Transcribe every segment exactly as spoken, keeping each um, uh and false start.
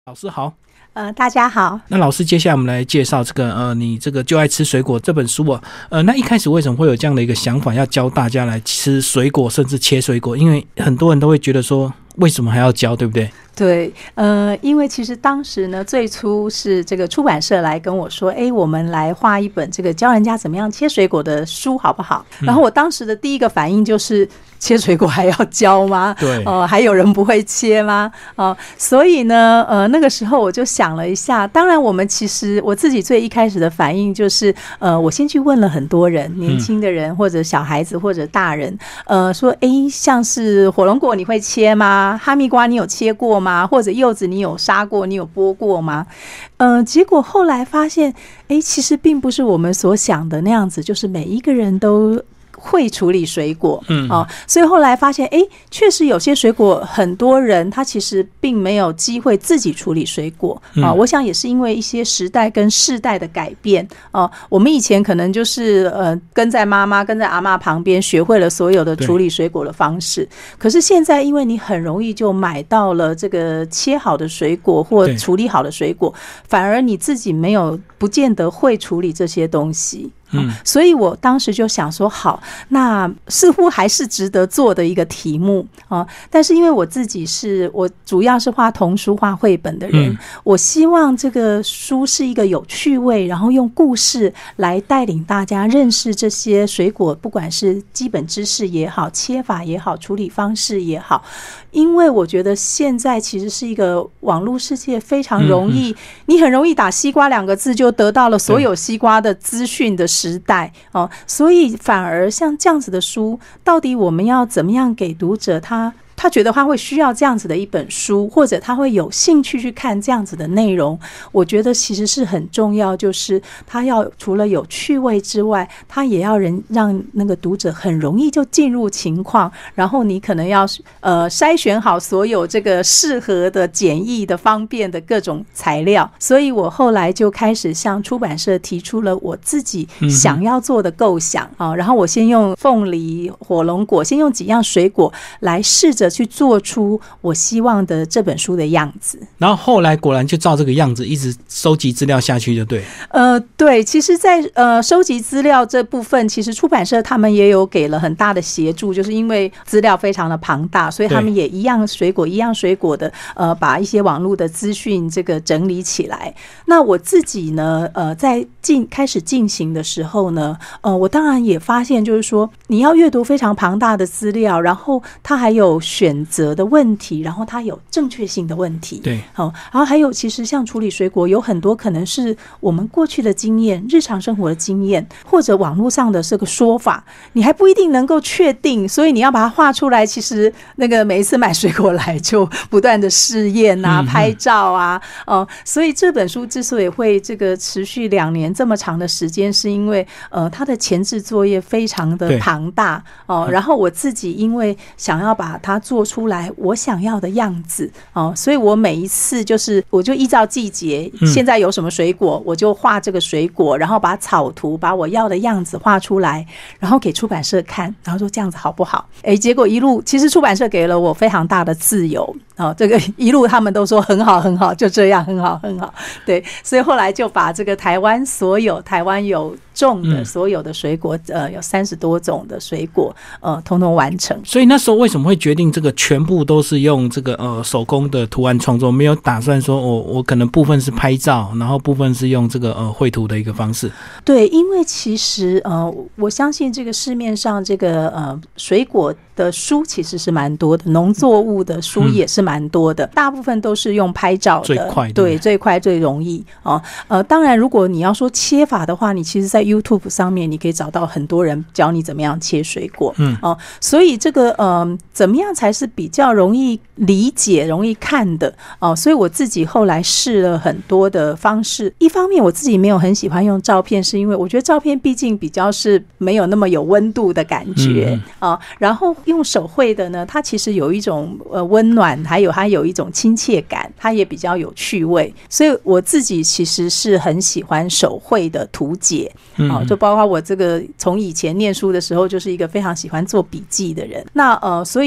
老师好。 呃，大家好。 那老师，接下来我们来介绍这个呃，你这个就爱吃水果这本书啊。呃，那一开始为什么会有这样的一个想法，要教大家来吃水果，甚至切水果？因为很多人都会觉得说，为什么还要教，对不对？ 对，呃，因为其实当时呢，最初是这个出版社来跟我说，哎，我们来画一本这个教人家怎么样切水果的书，好不好？嗯、然后我当时的第一个反应就是，切水果还要教吗？ 对， 呃，还有人不会切吗？呃，所以呢，呃，那个时候我就想了一下，当然我们其实我自己最一开始的反应就是，呃，我先去问了很多人，年轻的人、嗯、或者小孩子或者大人，呃，说，哎，像是火龙果你会切吗？哈密瓜你有切过吗？或者柚子你有杀过，你有剥过吗？呃，结果后来发现，哎，其实并不是我们所想的那样子，就是每一个人都会处理水果，嗯、哦，所以后来发现，哎，确实有些水果，很多人他其实并没有机会自己处理水果啊、哦。我想也是因为一些时代跟世代的改变哦。我们以前可能就是呃跟在妈妈、跟在阿嬷旁边，学会了所有的处理水果的方式。可是现在，因为你很容易就买到了这个切好的水果或处理好的水果，反而你自己没有，不见得会处理这些东西。嗯，所以我当时就想说，好，那似乎还是值得做的一个题目啊。但是因为我自己是我主要是画童书、画绘本的人，嗯、我希望这个书是一个有趣味，然后用故事来带领大家认识这些水果，不管是基本知识也好，切法也好，处理方式也好。因为我觉得现在其实是一个网络世界，非常容易，嗯、你很容易打西瓜两个字就得到了所有西瓜的资讯的时代哦，所以反而像这样子的书，到底我们要怎么样给读者他？他觉得他会需要这样子的一本书，或者他会有兴趣去看这样子的内容，我觉得其实是很重要，就是他要除了有趣味之外，他也要人让那个读者很容易就进入情况，然后你可能要呃筛选好所有这个适合的、简易的、方便的各种材料。所以我后来就开始向出版社提出了我自己想要做的构想啊，然后我先用凤梨、火龙果，先用几样水果来试着去做出我希望的这本书的样子， 然后后来果然就照这个样子一直收集资料下去就对。 呃，对，其实在呃收集资料这部分，其实出版社他们也有给了很大的协助，就是因为资料非常的庞大，所以他们也一样水果一样水果的呃把一些网络的资讯这个整理起来。那我自己呢，呃，在进开始进行的时候呢，呃，我当然也发现，就是说你要阅读非常庞大的资料，然后它还有选择的问题，然后它有正确性的问题， 对， 好、哦，然后还有其实像处理水果，有很多可能是我们过去的经验、日常生活的经验，或者网络上的这个说法，你还不一定能够确定，所以你要把它画出来。其实那个每一次买水果来，就不断的试验啊、拍照啊，哦、呃，所以这本书之所以会这个持续两年这么长的时间，是因为呃它的前置作业非常的庞大哦、呃，然后我自己因为想要把它做出来我想要的样子哦，所以我每一次就是我就依照季节，现在有什么水果我就画这个水果，然后把草图把我要的样子画出来，然后给出版社看，然后说这样子好不好？哎，结果一路其实出版社给了我非常大的自由哦，这个一路他们都说很好很好，就这样很好很好，对，所以后来就把这个台湾所有台湾有种的所有的水果，呃，有三十多种的水果，呃，统统完成。 所以那时候为什么会决定这个全部都是用这个呃手工的图案创作，没有打算说我我可能部分是拍照，然后部分是用这个呃绘图的一个方式？ 对，因为其实呃，我相信这个市面上这个呃水果的书其实是蛮多的，农作物的书也是蛮多的，嗯、大部分都是用拍照的， 最快的， 对，最快最容易哦。呃，当然，如果你要说切法的话，你其实在 YouTube 上面你可以找到很多人教你怎么样切水果，嗯哦，所以这个呃，怎么样才是比较容易理解、容易看的哦？所以我自己后来试了很多的方式。一方面，我自己没有很喜欢用照片，是因为我觉得照片毕竟比较是没有那么有温度的感觉啊、嗯哦。然后用手绘的呢，它其实有一种呃温暖，还有它有一种亲切感，它也比较有趣味。所以我自己其实是很喜欢手绘的图解，哦，就包括我这个从以前念书的时候就是一个非常喜欢做笔记的人。那呃，所以这个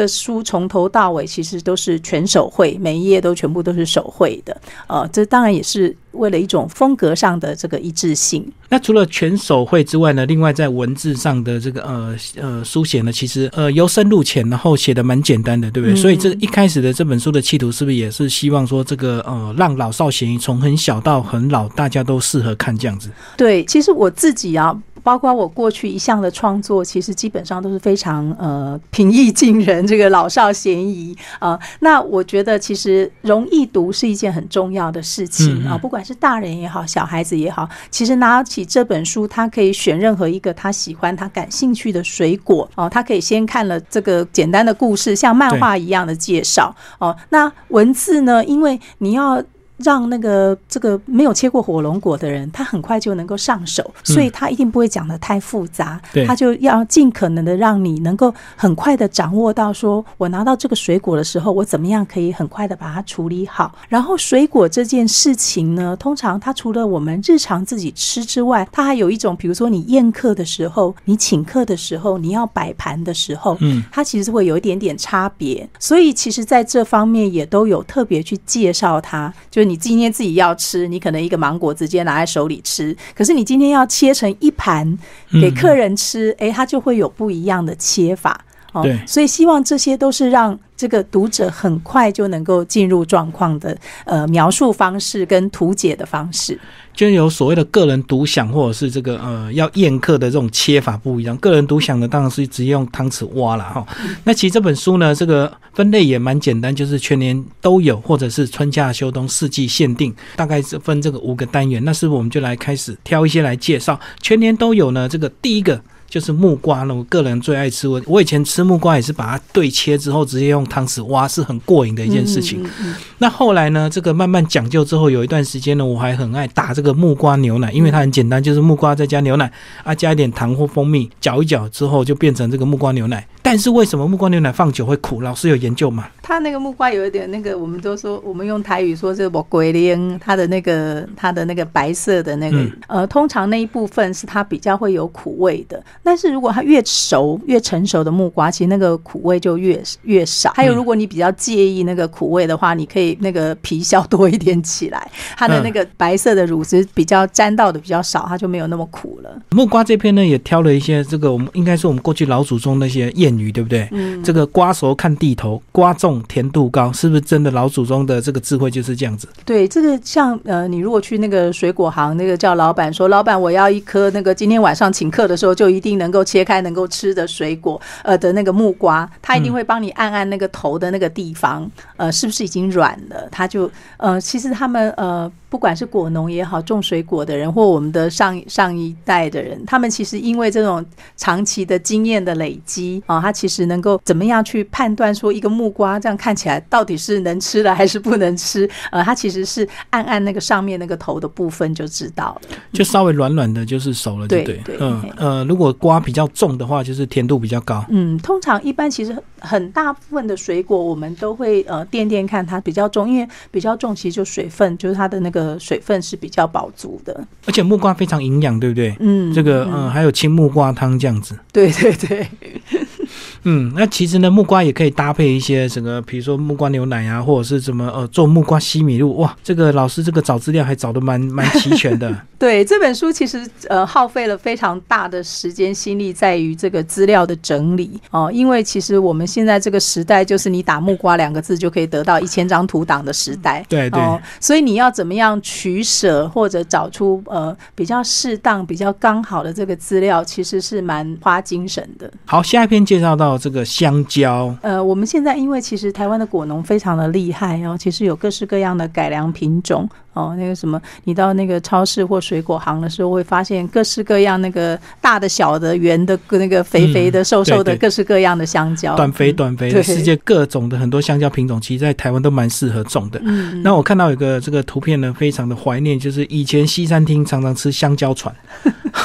书从头到尾其实都是全手绘，每一页都全部都是手绘的，呃，这当然也是为了一种风格上的这个一致性。 那除了全手绘之外呢，另外在文字上的这个呃呃书写呢，其实呃由深入浅，然后写的蛮简单的，对不对？嗯、所以这一开始的这本书的企图是不是也是希望说这个呃让老少咸宜，从很小到很老，大家都适合看这样子？ 对，其实我自己啊。包括我过去一向的创作，其实基本上都是非常呃平易近人，这个老少咸宜啊、呃。那我觉得其实容易读是一件很重要的事情啊、呃，不管是大人也好，小孩子也好，其实拿起这本书，他可以选任何一个他喜欢、他感兴趣的水果哦、呃，他可以先看了这个简单的故事，像漫画一样的介绍哦、呃。那文字呢，因为你要让那个这个没有切过火龙果的人，他很快就能够上手，所以他一定不会讲得太复杂、嗯、他就要尽可能的让你能够很快的掌握到说我拿到这个水果的时候，我怎么样可以很快的把它处理好。然后水果这件事情呢，通常它除了我们日常自己吃之外，它还有一种比如说你宴客的时候，你请客的时候，你要摆盘的时候、嗯、它其实会有一点点差别，所以其实在这方面也都有特别去介绍它。就你今天自己要吃，你可能一个芒果直接拿在手里吃，可是你今天要切成一盘给客人吃，哎、嗯，它就会有不一样的切法。哦、对，所以希望这些都是让这个读者很快就能够进入状况的呃描述方式跟图解的方式。 就有所谓的个人独享，或者是这个呃要宴客的这种切法不一样。个人独享的当然是直接用汤匙挖啦齁、嗯、那其实这本书呢，这个分类也蛮简单，就是全年都有，或者是春夏秋冬四季限定，大概是分这个五个单元。那是不是我们就来开始挑一些来介绍？全年都有呢，这个第一个就是木瓜呢，我个人最爱吃。我我以前吃木瓜也是把它对切之后直接用汤匙挖，是很过瘾的一件事情。嗯嗯嗯、那后来呢，这个慢慢讲究之后，有一段时间呢，我还很爱打这个木瓜牛奶，因为它很简单，就是木瓜再加牛奶啊，加一点糖或蜂蜜，搅一搅之后就变成这个木瓜牛奶。但是为什么木瓜牛奶放久会苦？老师有研究吗？ 它那个木瓜有一点那个，我们都说，我们用台语说这个木龟灵，它的那个它的那个白色的那个、嗯、呃，通常那一部分是它比较会有苦味的。但是如果它越熟越成熟的木瓜，其实那个苦味就越越少。还有如果你比较介意那个苦味的话，你可以那个皮削多一点起来，它的那个白色的乳汁比较沾到的比较少，它就没有那么苦了。 木瓜这篇呢也挑了一些这个我们应该是我们过去老祖宗那些谚语，对不对？嗯，这个瓜熟看地头，瓜重甜度高，是不是真的老祖宗的这个智慧就是这样子？ 对，这个像呃，你如果去那个水果行，那个叫老板说，老板我要一颗那个今天晚上请客的时候就一定能够切开能够吃的水果呃的那个木瓜，他一定会帮你按按那个头的那个地方，呃，是不是已经软了？他就呃，其实他们呃。不管是果农也好，种水果的人或我们的上上一代的人，他们其实因为这种长期的经验的累积啊，他其实能够怎么样去判断说一个木瓜这样看起来到底是能吃了还是不能吃？呃，他其实是按按那个上面那个头的部分就知道了， 就稍微软软的，就是熟了就对。对对，嗯呃，如果瓜比较重的话，就是甜度比较高。 嗯，通常一般其实很大部分的水果我们都会呃掂掂看它比较重，因为比较重其实就水分，就是它的那个。水分是比较饱足的， 而且木瓜非常营养，对不对？嗯，这个嗯、呃，还有青木瓜汤这样子。 对对对。 嗯，那其实呢，木瓜也可以搭配一些什么，比如说木瓜牛奶啊，或者是什么呃，做木瓜西米露。哇，这个老师这个找资料还找得蛮蛮齐全的。 对，这本书其实呃耗费了非常大的时间心力在于这个资料的整理哦、呃，因为其实我们现在这个时代就是你打木瓜两个字就可以得到一千张图档的时代。 对对、呃， 所以你要怎么样取舍或者找出呃比较适当、比较刚好的这个资料，其实是蛮花精神的。 好，下一篇介绍到这个香蕉。 呃，我们现在因为其实台湾的果农非常的厉害哦，其实有各式各样的改良品种哦。那个什么，你到那个超市或水果行的时候，会发现各式各样那个大的、小的、圆的、那个肥肥的、瘦瘦的，各式各样的香蕉， 短肥短肥的，世界各种的很多香蕉品种，其实在台湾都蛮适合种的。嗯，那我看到有个这个图片呢，非常的怀念，就是以前西餐厅常常吃香蕉船。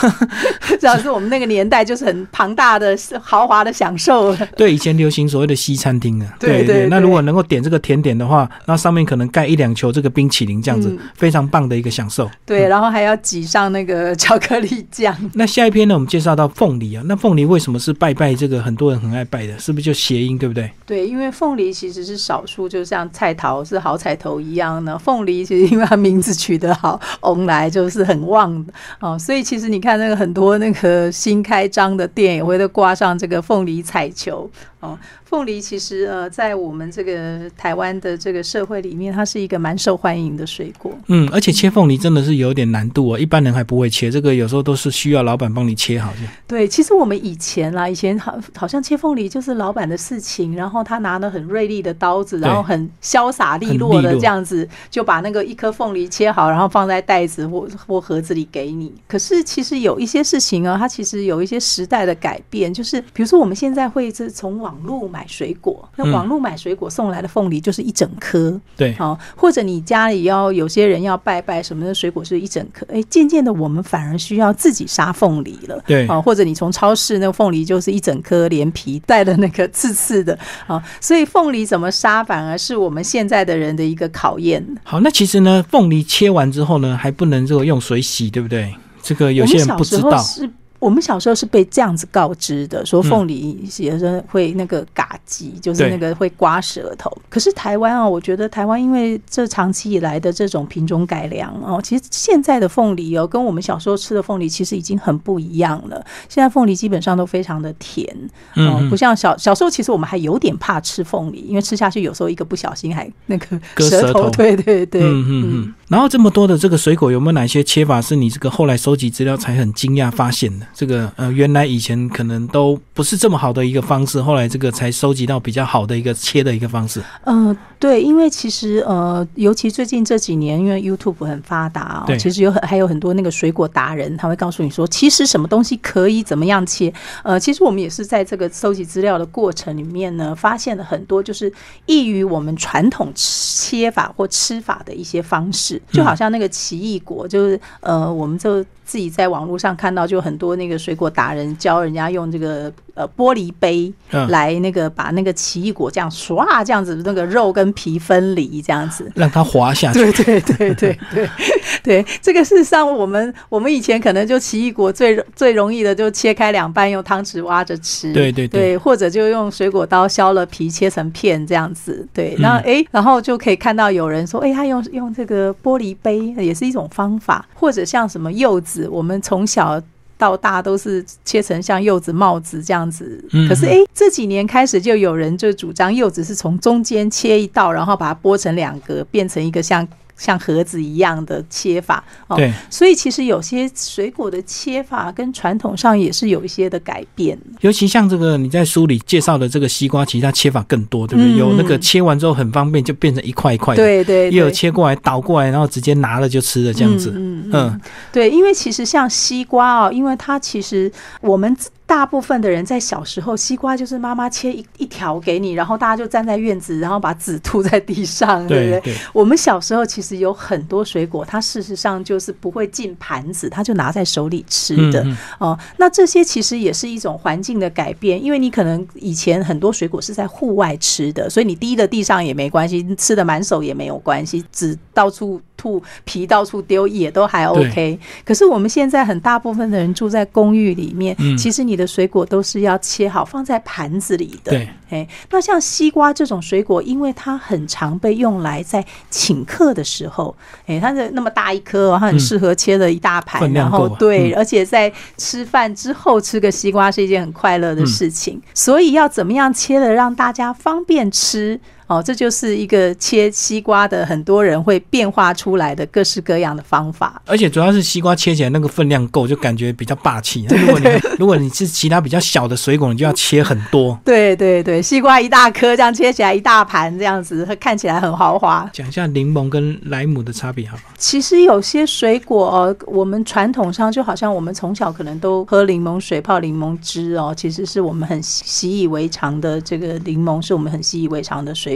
主要是我们那个年代就是很庞大的豪华的享受。 对，以前流行所谓的西餐厅啊， 对 对, 对, 对， 那如果能够点这个甜点的话，那上面可能盖一两球这个冰淇淋，这样子、嗯、非常棒的一个享受。 对，然后还要挤上那个巧克力酱。 那下一篇呢，我们介绍到凤梨啊，那凤梨为什么是拜拜这个很多人很爱拜的？是不是就谐音，对不对？ 对，因为凤梨其实是少数，就像菜桃是好彩头一样呢。凤梨其实因为它名字取得好，翁来就是很旺的哦，所以其实你看那个很多那个新开张的店也会都挂上这个凤梨彩球哦。凤梨其实呃，在我们这个台湾的这个社会里面，它是一个蛮受欢迎的水果。 嗯，而且切凤梨真的是有点难度哦，一般人还不会切，这个有时候都是需要老板帮你切好的。 对，其实我们以前啦，以前好好像切凤梨就是老板的事情，然后他拿了很锐利的刀子，然后很潇洒利落的这样子，就把那个一颗凤梨切好，然后放在袋子或或盒子里给你。可是其实有一些事情啊，它其实有一些时代的改变，就是比如说我们现在会是从网络买水果，那网络买水果送来的凤梨就是一整颗， 对、 嗯，或者你家里要有些人要拜拜什么的水果是一整颗，哎，渐渐的我们反而需要自己杀凤梨了， 对、 嗯，或者你从超市那个凤梨就是一整颗连皮带的那个刺刺的啊、嗯，所以凤梨怎么杀反而是我们现在的人的一个考验。 好，那其实呢，凤梨切完之后呢，还不能这个用水洗，对不对？这个有些人不知道。 我们小时候是被这样子告知的，说凤梨有时候会那个嘎叽、嗯、就是那个会刮舌头。可是台湾啊，我觉得台湾因为这长期以来的这种品种改良哦，其实现在的凤梨哦，跟我们小时候吃的凤梨其实已经很不一样了。现在凤梨基本上都非常的甜，嗯、呃，不像小小时候，其实我们还有点怕吃凤梨，因为吃下去有时候一个不小心还那个舌头， 割舌头， 对对对，嗯嗯嗯。然后这么多的这个水果，有没有哪些切法是你这个后来收集资料才很惊讶发现的？这个呃，原来以前可能都不是这么好的一个方式，后来这个才收集到比较好的一个切的一个方式。 呃，对，因为其实呃，尤其最近这几年，因为 YouTube 很发达哦，其实有很还有很多那个水果达人，他会告诉你说，其实什么东西可以怎么样切。呃，其实我们也是在这个收集资料的过程里面呢，发现了很多就是异于我们传统切法或吃法的一些方式，就好像那个奇异果，就是呃，我们就自己在网络上看到，就很多那个水果达人教人家用这个呃玻璃杯来那个把那个奇异果这样唰这样子那个肉跟皮分离这样子， 让它滑下去。 对对对对对对，这个事实上我们我们以前可能就奇异果最最容易的就切开两半，用汤匙挖着吃。 对对 对, 对，或者就用水果刀削了皮切成片这样子。对，然后哎、嗯，然后就可以看到有人说，哎，他用用这个玻璃杯也是一种方法，或者像什么柚子，我们从小到大都是切成像柚子帽子这样子，嗯、可是哎，这几年开始就有人就主张柚子是从中间切一道，然后把它剥成两格，变成一个像像盒子一样的切法、哦、对，所以其实有些水果的切法跟传统上也是有一些的改变， 尤其像这个你在书里介绍的这个西瓜，其实它切法更多，对不对？嗯、有那个切完之后很方便，就变成一块一块的， 对 对, 对， 也有切过来倒过来，然后直接拿了就吃了这样子。 嗯 嗯, 嗯，对，因为其实像西瓜哦，因为它其实我们大部分的人在小时候，西瓜就是妈妈切 一, 一条给你，然后大家就站在院子，然后把籽吐在地上，对不对？对，我们小时候其实有很多水果，它事实上就是不会进盘子，它就拿在手里吃的。嗯嗯哦，那这些其实也是一种环境的改变，因为你可能以前很多水果是在户外吃的，所以你滴的地上也没关系，吃的满手也没有关系，籽到处吐，皮到处丢也都还 OK。可是我们现在很大部分的人住在公寓里面，嗯、其实你的水果都是要切好放在盘子里的。对，哎，那像西瓜这种水果，因为它很常被用来在请客的时候，哎，它的那么大一颗、哦，它很适合切了一大盘，嗯、然后对、嗯，而且在吃饭之后吃个西瓜是一件很快乐的事情，嗯、所以要怎么样切的让大家方便吃？哦，这就是一个切西瓜的很多人会变化出来的各式各样的方法， 而且主要是西瓜切起来那个分量够，就感觉比较霸气。如果你如果你是其他比较小的水果，你就要切很多。对对对，西瓜一大颗这样切起来一大盘这样子，看起来很豪华。 讲一下柠檬跟莱姆的差别好不好？ 其实有些水果哦，我们传统上就好像我们从小可能都喝柠檬水泡柠檬汁哦，其实是我们很习以为常的，这个柠檬是我们很习以为常的水果。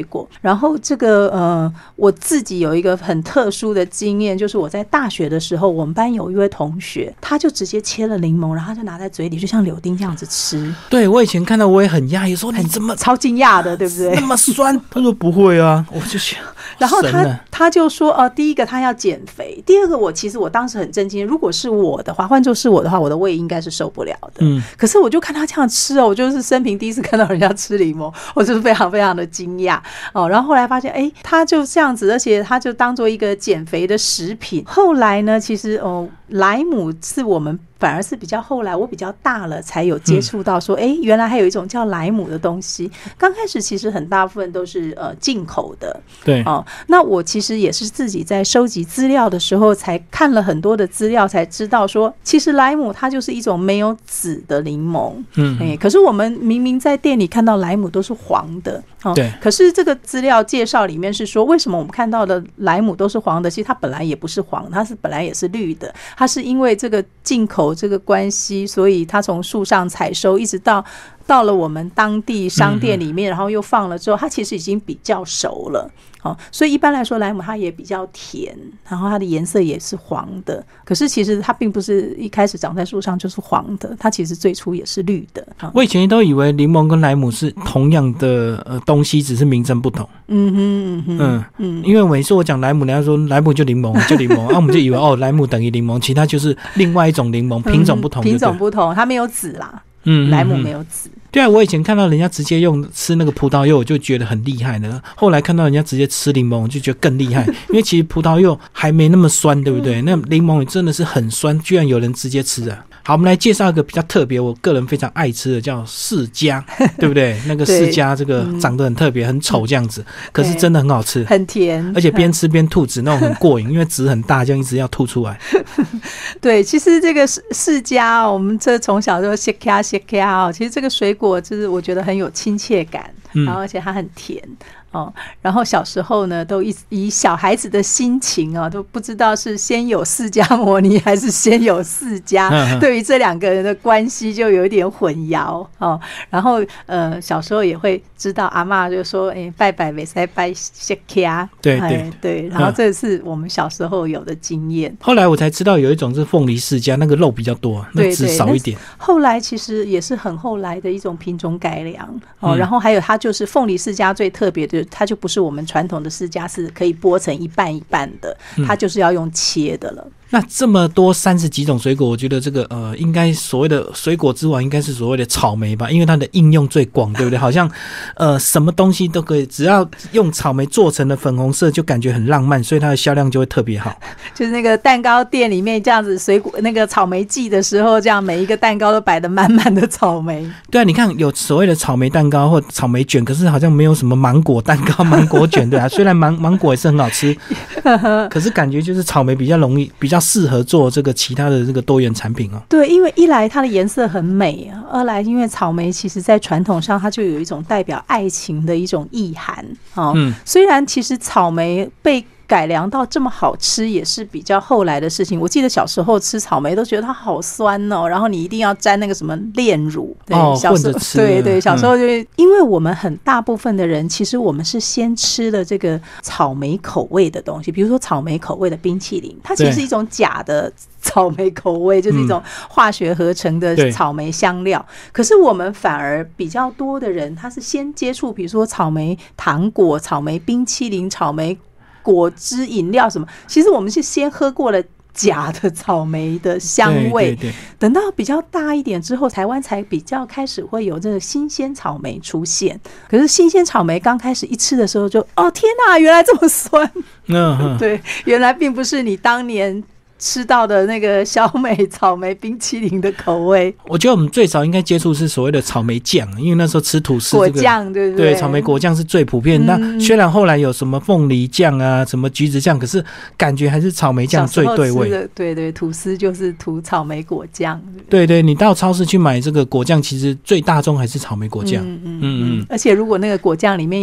果。然后这个呃，我自己有一个很特殊的经验，就是我在大学的时候，我们班有一位同学，他就直接切了柠檬，然后他就拿在嘴里，就像柳丁这样子吃。 对，我以前看到我也很讶异，说你怎么超惊讶的，对不对？ 那么酸？他说不会啊，我就想， 然后他他就说，哦、呃，第一个他要减肥，第二个我其实我当时很震惊，如果是我的话，换作是我的话，我的胃应该是受不了的。嗯，可是我就看他这样吃哦，我就是生平第一次看到人家吃柠檬，我就是非常非常的惊讶哦。然后后来发现，哎，他就这样子，而且他就当做一个减肥的食品。后来呢，其实哦，莱姆是我们反而是比较后来我比较大了才有接触到说，哎、嗯，原来还有一种叫莱姆的东西。刚开始其实很大部分都是呃进口的， 对哦。那我其实也是自己在收集资料的时候，才看了很多的资料，才知道说，其实莱姆它就是一种没有籽的柠檬。嗯，哎，可是我们明明在店里看到莱姆都是黄的，哦， 对。 可是这个资料介绍里面是说，为什么我们看到的莱姆都是黄的？其实它本来也不是黄，它是本来也是绿的，它是因为这个进口这个关系，所以它从树上采收，一直到到了我们当地商店里面，然后又放了之后，它其实已经比较熟了。哦，所以一般来说莱姆它也比较甜，然后它的颜色也是黄的，可是其实它并不是一开始长在树上就是黄的，它其实最初也是绿的。哦、 我以前都以为柠檬跟莱姆是同样的呃东西，只是名称不同。 嗯哼嗯哼嗯嗯，因为每次我讲莱姆，人家说莱姆就柠檬就柠檬啊，我们就以为哦莱姆等于柠檬，其他就是另外一种柠檬，品种不同、嗯， 品种不同，它没有籽啦。 嗯， 莱姆没有籽。 对啊，我以前看到人家直接用吃那个葡萄柚，我就觉得很厉害的。后来看到人家直接吃柠檬，我就觉得更厉害，因为其实葡萄柚还没那么酸，对不对？那柠檬也真的是很酸，居然有人直接吃啊！好，我们来介绍一个比较特别，我个人非常爱吃的，叫释迦，对不对？那个释迦这个长得很特别，很丑这样子，可是真的很好吃， 很甜， 而且边吃边吐籽，那种很过瘾，因为籽很大，这样一直要吐出来。 对，其实这个释迦，我们这从小就切开切开哦，其实这个水果就是我觉得很有亲切感，然后而且它很甜。哦，然后小时候呢，都以以小孩子的心情啊，都不知道是先有释迦牟尼还是先有释迦，嗯、对于这两个人的关系就有一点混淆哦。然后呃，小时候也会知道阿嬷就说，哎，拜拜没使拜释迦， 对对对。然后这是我们小时候有的经验。 后来我才知道有一种是凤梨释迦，那个肉比较多，那籽少一点。 后来其实也是很后来的一种品种改良哦。嗯、然后还有它就是凤梨释迦最特别的。它就不是我们传统的释迦是可以剥成一半一半的，它就是要用切的了。 那这么多三十几种水果，我觉得这个呃，应该所谓的水果之王应该是所谓的草莓吧，因为它的应用最广，对不对？好像呃什么东西都可以，只要用草莓做成的粉红色，就感觉很浪漫，所以它的销量就会特别好。 就是那个蛋糕店里面这样子，水果那个草莓季的时候，这样每一个蛋糕都摆得满满的草莓。 对啊，你看有所谓的草莓蛋糕或草莓卷，可是好像没有什么芒果蛋糕、芒果卷，对啊。虽然芒芒果也是很好吃，可是感觉就是草莓比较容易比较。适合做这个其他的这个多元产品哦。 对，因为一来它的颜色很美，二来因为草莓其实在传统上它就有一种代表爱情的一种意涵哦。嗯，虽然其实草莓被改良到这么好吃也是比较后来的事情。我记得小时候吃草莓都觉得它好酸哦，然后你一定要沾那个什么炼乳，对， 哦， 小时候混着吃， 对对，小时候就、嗯、因为我们很大部分的人，其实我们是先吃了这个草莓口味的东西，比如说草莓口味的冰淇淋，它其实是一种假的草莓口味，就是一种化学合成的草莓香料。可是我们反而比较多的人，他是先接触，比如说草莓糖果、草莓冰淇淋、草莓果汁饮料什么，其实我们是先喝过了假的草莓的香味，对对对，等到比较大一点之后，台湾才比较开始会有这个新鲜草莓出现。可是新鲜草莓刚开始一吃的时候就，哦天哪，原来这么酸，嗯，对，原来并不是你当年吃到的那个小美草莓冰淇淋的口味。 我觉得我们最早应该接触是所谓的草莓酱，因为那时候吃吐司、这个、 果酱，对不对？ 对，草莓果酱是最普遍、嗯、那虽然后来有什么凤梨酱啊，什么橘子酱，可是感觉还是草莓酱最对味。 对对，吐司就是涂草莓果酱。 对对，你到超市去买这个果酱，其实最大众还是草莓果酱。嗯嗯 嗯, 嗯， 而且如果那个果酱里面有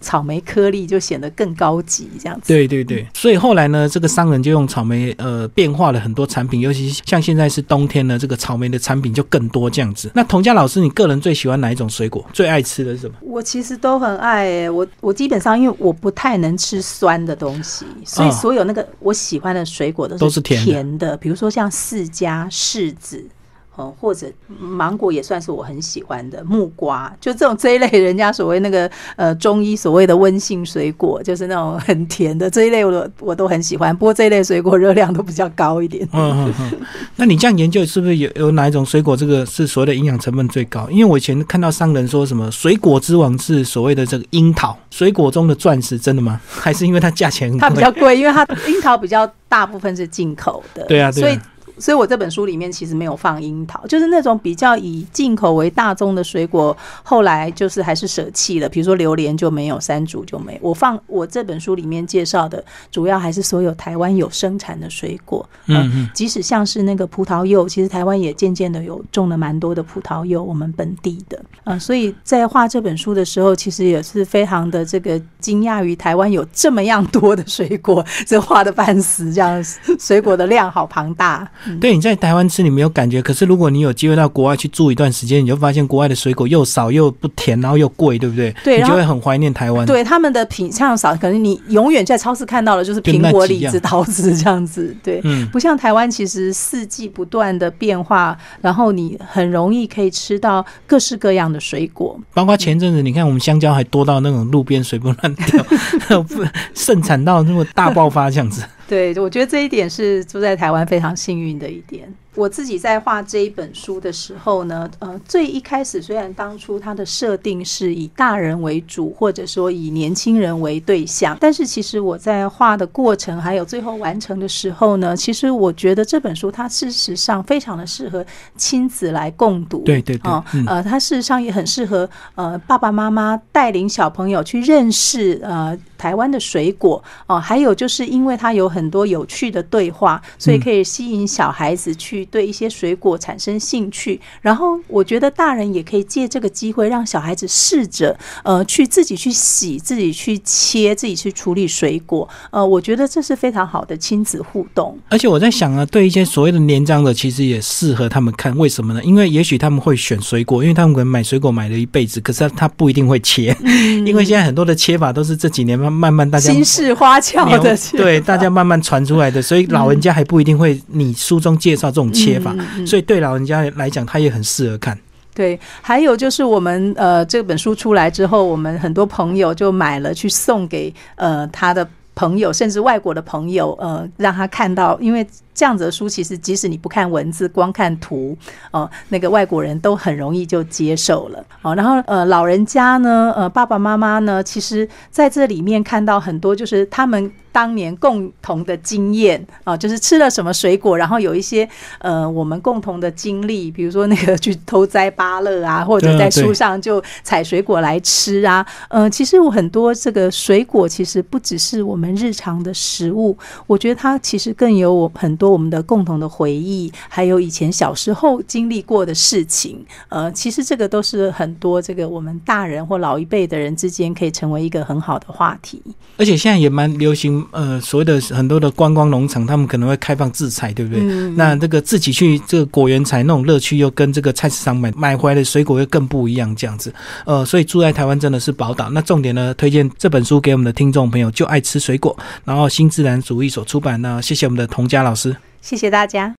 草莓颗粒就显得更高级这样子。 对对对，所以后来呢，这个商人就用草莓呃变化了很多产品，尤其像现在是冬天呢，这个草莓的产品就更多这样子。那童佳老师，你个人最喜欢哪一种水果？最爱吃的是什么？ 我其实都很爱耶、欸，我我基本上因为我不太能吃酸的东西，所以所有那个我喜欢的水果都是甜的，比如说像释迦、柿子。哦、或者芒果也算是我很喜欢的，木瓜，就这种这一类人家所谓那个呃中医所谓的温性水果，就是那种很甜的这一类我我都很喜欢，不过这一类水果热量都比较高一点。 嗯嗯嗯。那你这样研究是不是有有哪一种水果这个是所谓的营养成分最高？因为我以前看到商人说什么水果之王是所谓的这个樱桃，水果中的钻石，真的吗？还是因为它价钱很贵？ 它比较贵，因为它樱桃比较大部分是进口的。 对啊，对啊， 所以。所以我这本书里面其实没有放樱桃，就是那种比较以进口为大宗的水果，后来就是还是舍弃了，比如说榴莲就没有，山竹就没有。我放我这本书里面介绍的主要还是所有台湾有生产的水果，嗯、呃，即使像是那个葡萄柚，其实台湾也渐渐的有种了蛮多的葡萄柚，我们本地的，呃，所以在画这本书的时候，其实也是非常的这个惊讶于台湾有这么样多的水果，这画的半死，这样水果的量好庞大。 对，你在台湾吃你没有感觉，可是如果你有机会到国外去住一段时间，你就发现国外的水果又少又不甜，然后又贵，对不对？ 对， 你就会很怀念台湾。 对，他们的品相少，可能你永远在超市看到的就是苹果、李子、桃子这样子。对，嗯，不像台湾，其实四季不断的变化，然后你很容易可以吃到各式各样的水果。 包括前阵子，你看我们香蕉还多到那种路边随便乱掉，盛产到那么大爆发这样子。 对，我觉得这一点是住在台湾非常幸运的一点。我自己在画这一本书的时候呢，呃，最一开始虽然当初它的设定是以大人为主，或者说以年轻人为对象，但是其实我在画的过程还有最后完成的时候呢，其实我觉得这本书它事实上非常的适合亲子来共读。 对对对， 哦嗯、呃，它事实上也很适合呃爸爸妈妈带领小朋友去认识呃台湾的水果哦、呃，还有就是因为它有很多有趣的对话，所以可以吸引小孩子去对一些水果产生兴趣，然后我觉得大人也可以借这个机会让小孩子试着呃去自己去洗、自己去切、自己去处理水果，呃，我觉得这是非常好的亲子互动。而且我在想啊，对一些所谓的年长的，其实也适合他们看，为什么呢？因为也许他们会选水果，因为他们可能买水果买了一辈子，可是他不一定会切，嗯、因为现在很多的切法都是这几年慢慢大家新式花俏的切法， 对，大家慢慢传出来的，所以老人家还不一定会你书中介绍这种切法，嗯嗯、所以对老人家来讲，他也很适合看。 对，还有就是我们呃这本书出来之后，我们很多朋友就买了去送给呃他的朋友，甚至外国的朋友，呃，让他看到，因为这样子的书其实即使你不看文字，光看图，哦、呃，那个外国人都很容易就接受了。哦，然后呃，老人家呢，呃，爸爸妈妈呢，其实在这里面看到很多就是他们当年共同的经验啊、呃，就是吃了什么水果，然后有一些呃我们共同的经历，比如说那个去偷摘芭乐啊，或者在树上就采水果来吃啊。呃，其实我很多这个水果其实不只是我们日常的食物，我觉得它其实更有我很多我们的共同的回忆，还有以前小时候经历过的事情。呃，其实这个都是很多这个我们大人或老一辈的人之间可以成为一个很好的话题。 而且现在也蛮流行。呃，所谓的很多的观光农场，他们可能会开放自采，对不对？嗯、那这个自己去这个果园采那种乐趣，又跟这个菜市场买买回来的水果又更不一样，这样子。呃，所以住在台湾真的是宝岛。那重点呢，推荐这本书给我们的听众朋友，就爱吃水果，然后新自然主义所出版。那谢谢我们的童佳老师， 谢谢大家。